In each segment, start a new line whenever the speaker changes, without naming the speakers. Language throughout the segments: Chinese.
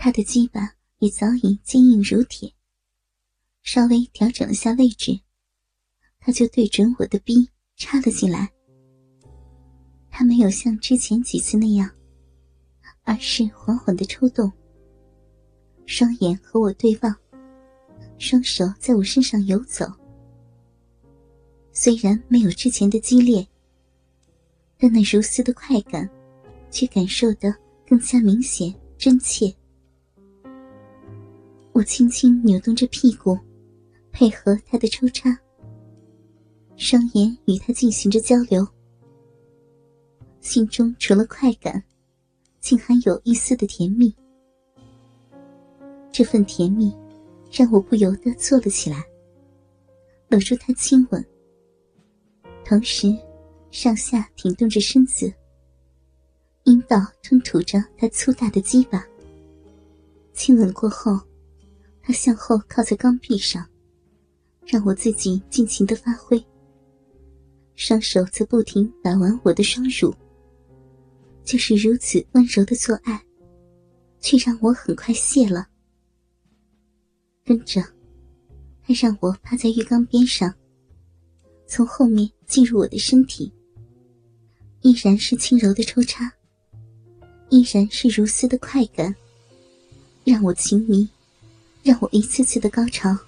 他的鸡巴也早已坚硬如铁，稍微调整了下位置，他就对准我的逼插了进来。他没有像之前几次那样，而是缓缓地抽动，双眼和我对望，双手在我身上游走。虽然没有之前的激烈，但那如丝的快感却感受得更加明显真切。我轻轻扭动着屁股，配合他的抽插，双眼与他进行着交流，心中除了快感，竟还有一丝的甜蜜。这份甜蜜让我不由得坐了起来，搂住他亲吻，同时上下挺动着身子，阴道吞吐着他粗大的鸡巴。亲吻过后，他向后靠在钢壁上，让我自己尽情地发挥，双手则不停把玩我的双乳。就是如此温柔的做爱，却让我很快泄了。跟着他让我趴在浴缸边上，从后面进入我的身体，依然是轻柔的抽插，依然是如丝的快感，让我情迷，让我一次次的高潮。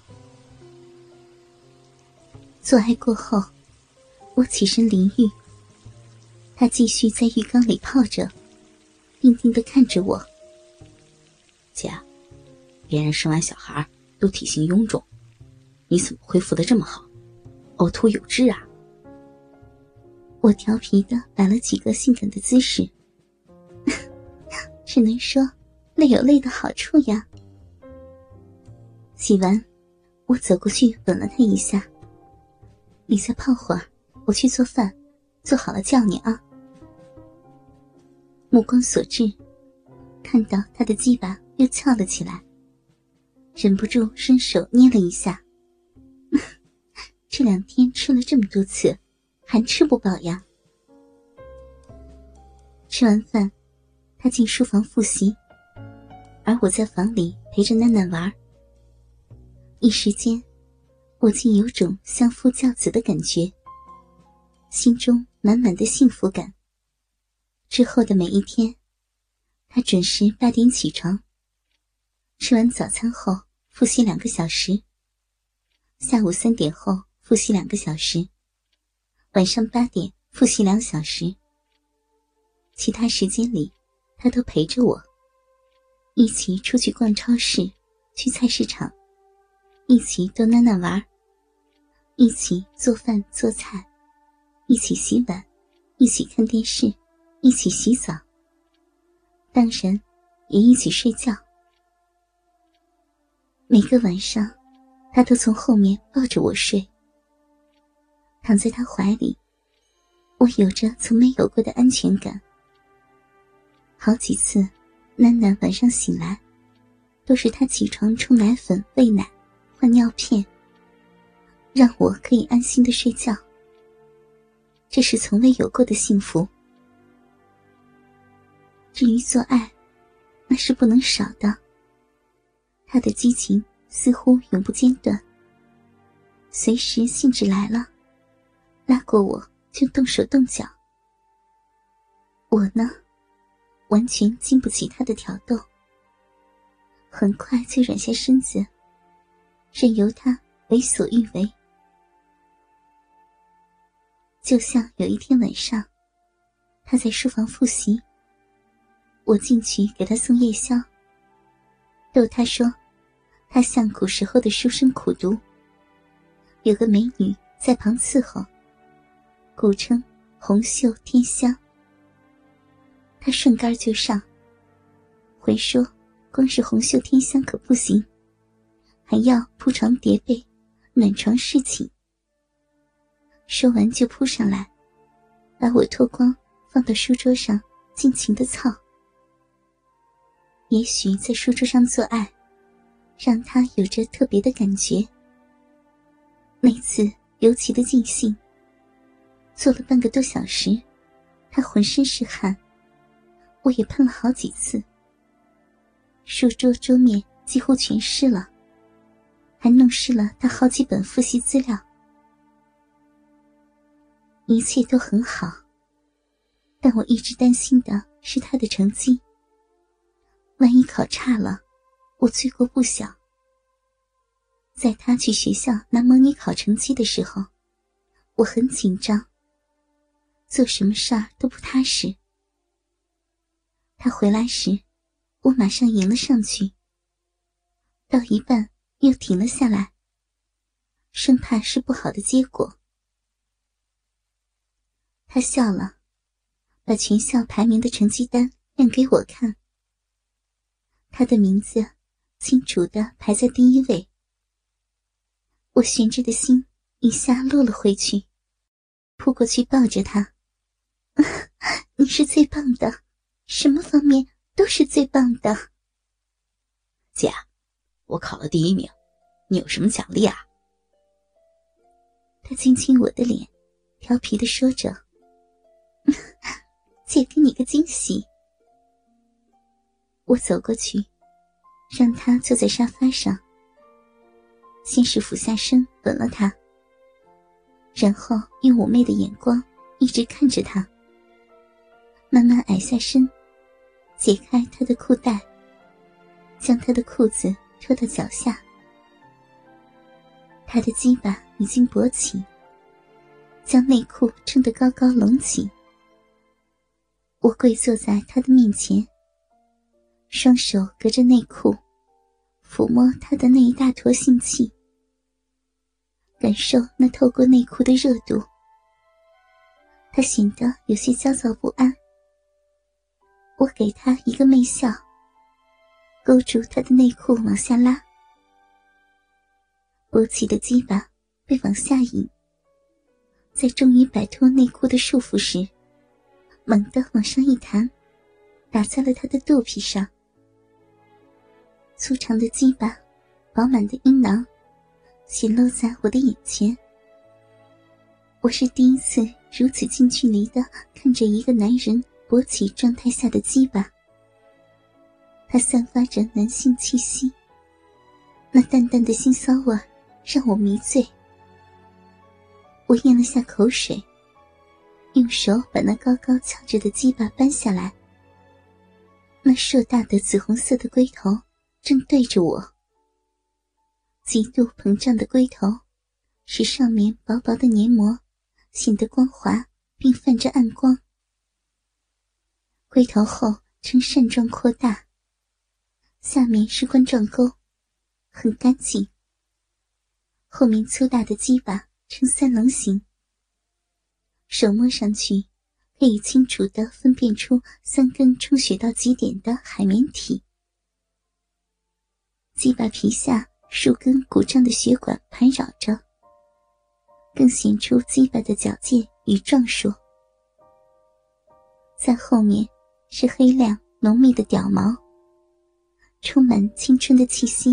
做爱过后，我起身淋浴，他继续在浴缸里泡着，定定地看着我。
姐，别人生完小孩都体型臃肿，你怎么恢复得这么好？呕吐有致啊！
我调皮地摆了几个性感的姿势，只能说累有累的好处呀。洗完，我走过去吻了他一下。你再泡会儿，我去做饭，做好了叫你啊。目光所至，看到他的鸡巴又翘了起来，忍不住伸手捏了一下。这2天吃了这么多次，还吃不饱呀。吃完饭，他进书房复习，而我在房里陪着囡囡玩。一时间，我竟有种相夫教子的感觉，心中满满的幸福感。之后的每一天，他准时8点起床，吃完早餐后复习2个小时，下午3点后复习2个小时，晚上8点复习2小时。其他时间里，他都陪着我，一起出去逛超市，去菜市场，一起逗囡囡玩，一起做饭做菜，一起洗碗，一起看电视，一起洗澡，当然也一起睡觉。每个晚上，他都从后面抱着我睡，躺在他怀里，我有着从没有过的安全感。好几次，囡囡晚上醒来，都是他起床冲奶粉、喂奶、换尿片，让我可以安心的睡觉。这是从未有过的幸福。至于做爱，那是不能少的。他的激情似乎永不间断，随时兴致来了，拉过我就动手动脚。我呢，完全经不起他的挑逗，很快就软下身子，任由他为所欲为。就像有一天晚上，他在书房复习，我进去给他送夜宵，逗他说他像古时候的书生苦读，有个美女在旁伺候，古称红袖添香。他顺杆就上，回说光是红袖添香可不行，还要铺床叠被，暖床侍寝。说完就扑上来，把我脱光放到书桌上，尽情地操。也许在书桌上做爱，让他有着特别的感觉。那次尤其的尽兴，做了半个多小时，他浑身是汗，我也喷了好几次。 书桌桌面几乎全湿了，还弄湿了他好几本复习资料。一切都很好，但我一直担心的是他的成绩。万一考差了，我罪过不小。在他去学校拿模拟考成绩的时候，我很紧张，做什么事儿都不踏实。他回来时，我马上迎了上去，到一半又停了下来，生怕是不好的结果。他笑了，把全校排名的成绩单让给我看。他的名字清楚地排在第一位。我悬着的心一下落了回去，扑过去抱着他。你是最棒的，什么方面都是最棒的。
姐，我考了第1名，你有什么奖励啊？
他亲亲我的脸，调皮地说着。姐给你个惊喜。我走过去，让他坐在沙发上，先是俯下身吻了他，然后用妩媚的眼光一直看着他，慢慢矮下身，解开他的裤带，将他的裤子拖到脚下。他的鸡巴已经勃起，将内裤撑得高高隆起。我跪坐在他的面前，双手隔着内裤抚摸他的那一大坨性器，感受那透过内裤的热度。他显得有些焦躁不安。我给他一个媚笑，勾住他的内裤往下拉。勃起的鸡巴被往下引，在终于摆脱内裤的束缚时，猛地往上一弹，打在了他的肚皮上。粗长的鸡巴，饱满的阴囊显露在我的眼前。我是第一次如此近距离地看着一个男人勃起状态下的鸡巴。它散发着男性气息，那淡淡的腥骚味让我迷醉。我咽了下口水，用手把那高高翘着的鸡巴扳下来。那硕大的紫红色的龟头正对着我，极度膨胀的龟头使上面薄薄的黏膜显得光滑并泛着暗光。龟头后呈扇状扩大，下面是冠状沟，很干净。后面粗大的鸡巴呈三棱形，手摸上去可以清楚地分辨出3根充血到极点的海绵体。鸡巴皮下数根鼓胀的血管盘绕着，更显出鸡巴的矫健与壮硕。在后面是黑亮浓密的屌毛，充满青春的气息。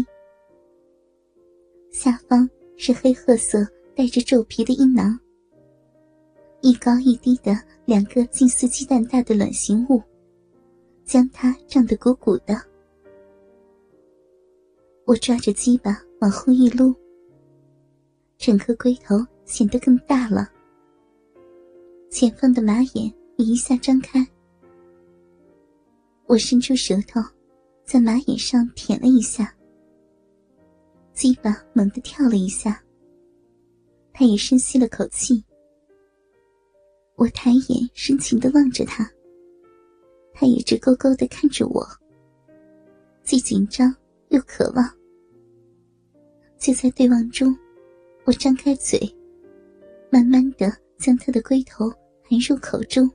下方是黑褐色带着皱皮的阴囊，一高一低的2个近似鸡蛋大的卵形物，将它胀得鼓鼓的。我抓着鸡巴往后一撸，整个龟头显得更大了，前方的马眼也一下张开。我伸出舌头在马眼上舔了一下，鸡巴猛地跳了一下，他也深吸了口气。我抬眼深情地望着他，他也直勾勾地看着我，既紧张又渴望。就在对望中，我张开嘴，慢慢地将他的龟头含入口中。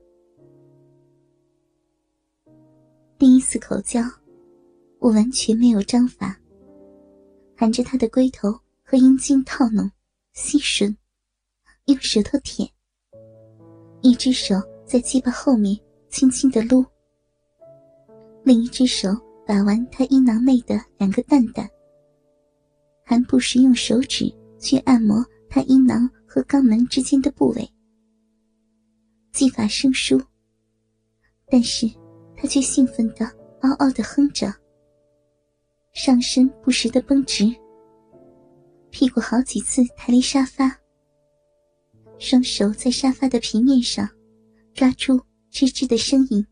第一次口交，我完全没有章法，含着他的龟头和阴茎套弄吸吮，用舌头舔，一只手在鸡巴后面轻轻地撸，另一只手把玩他阴囊内的2个蛋蛋，还不时用手指去按摩他阴囊和肛门之间的部位。技法生疏，但是他却兴奋地嗷嗷地哼着。 上身不时地绷直，屁股好几次抬离沙发，双手在沙发的平面上抓住吱吱的声音。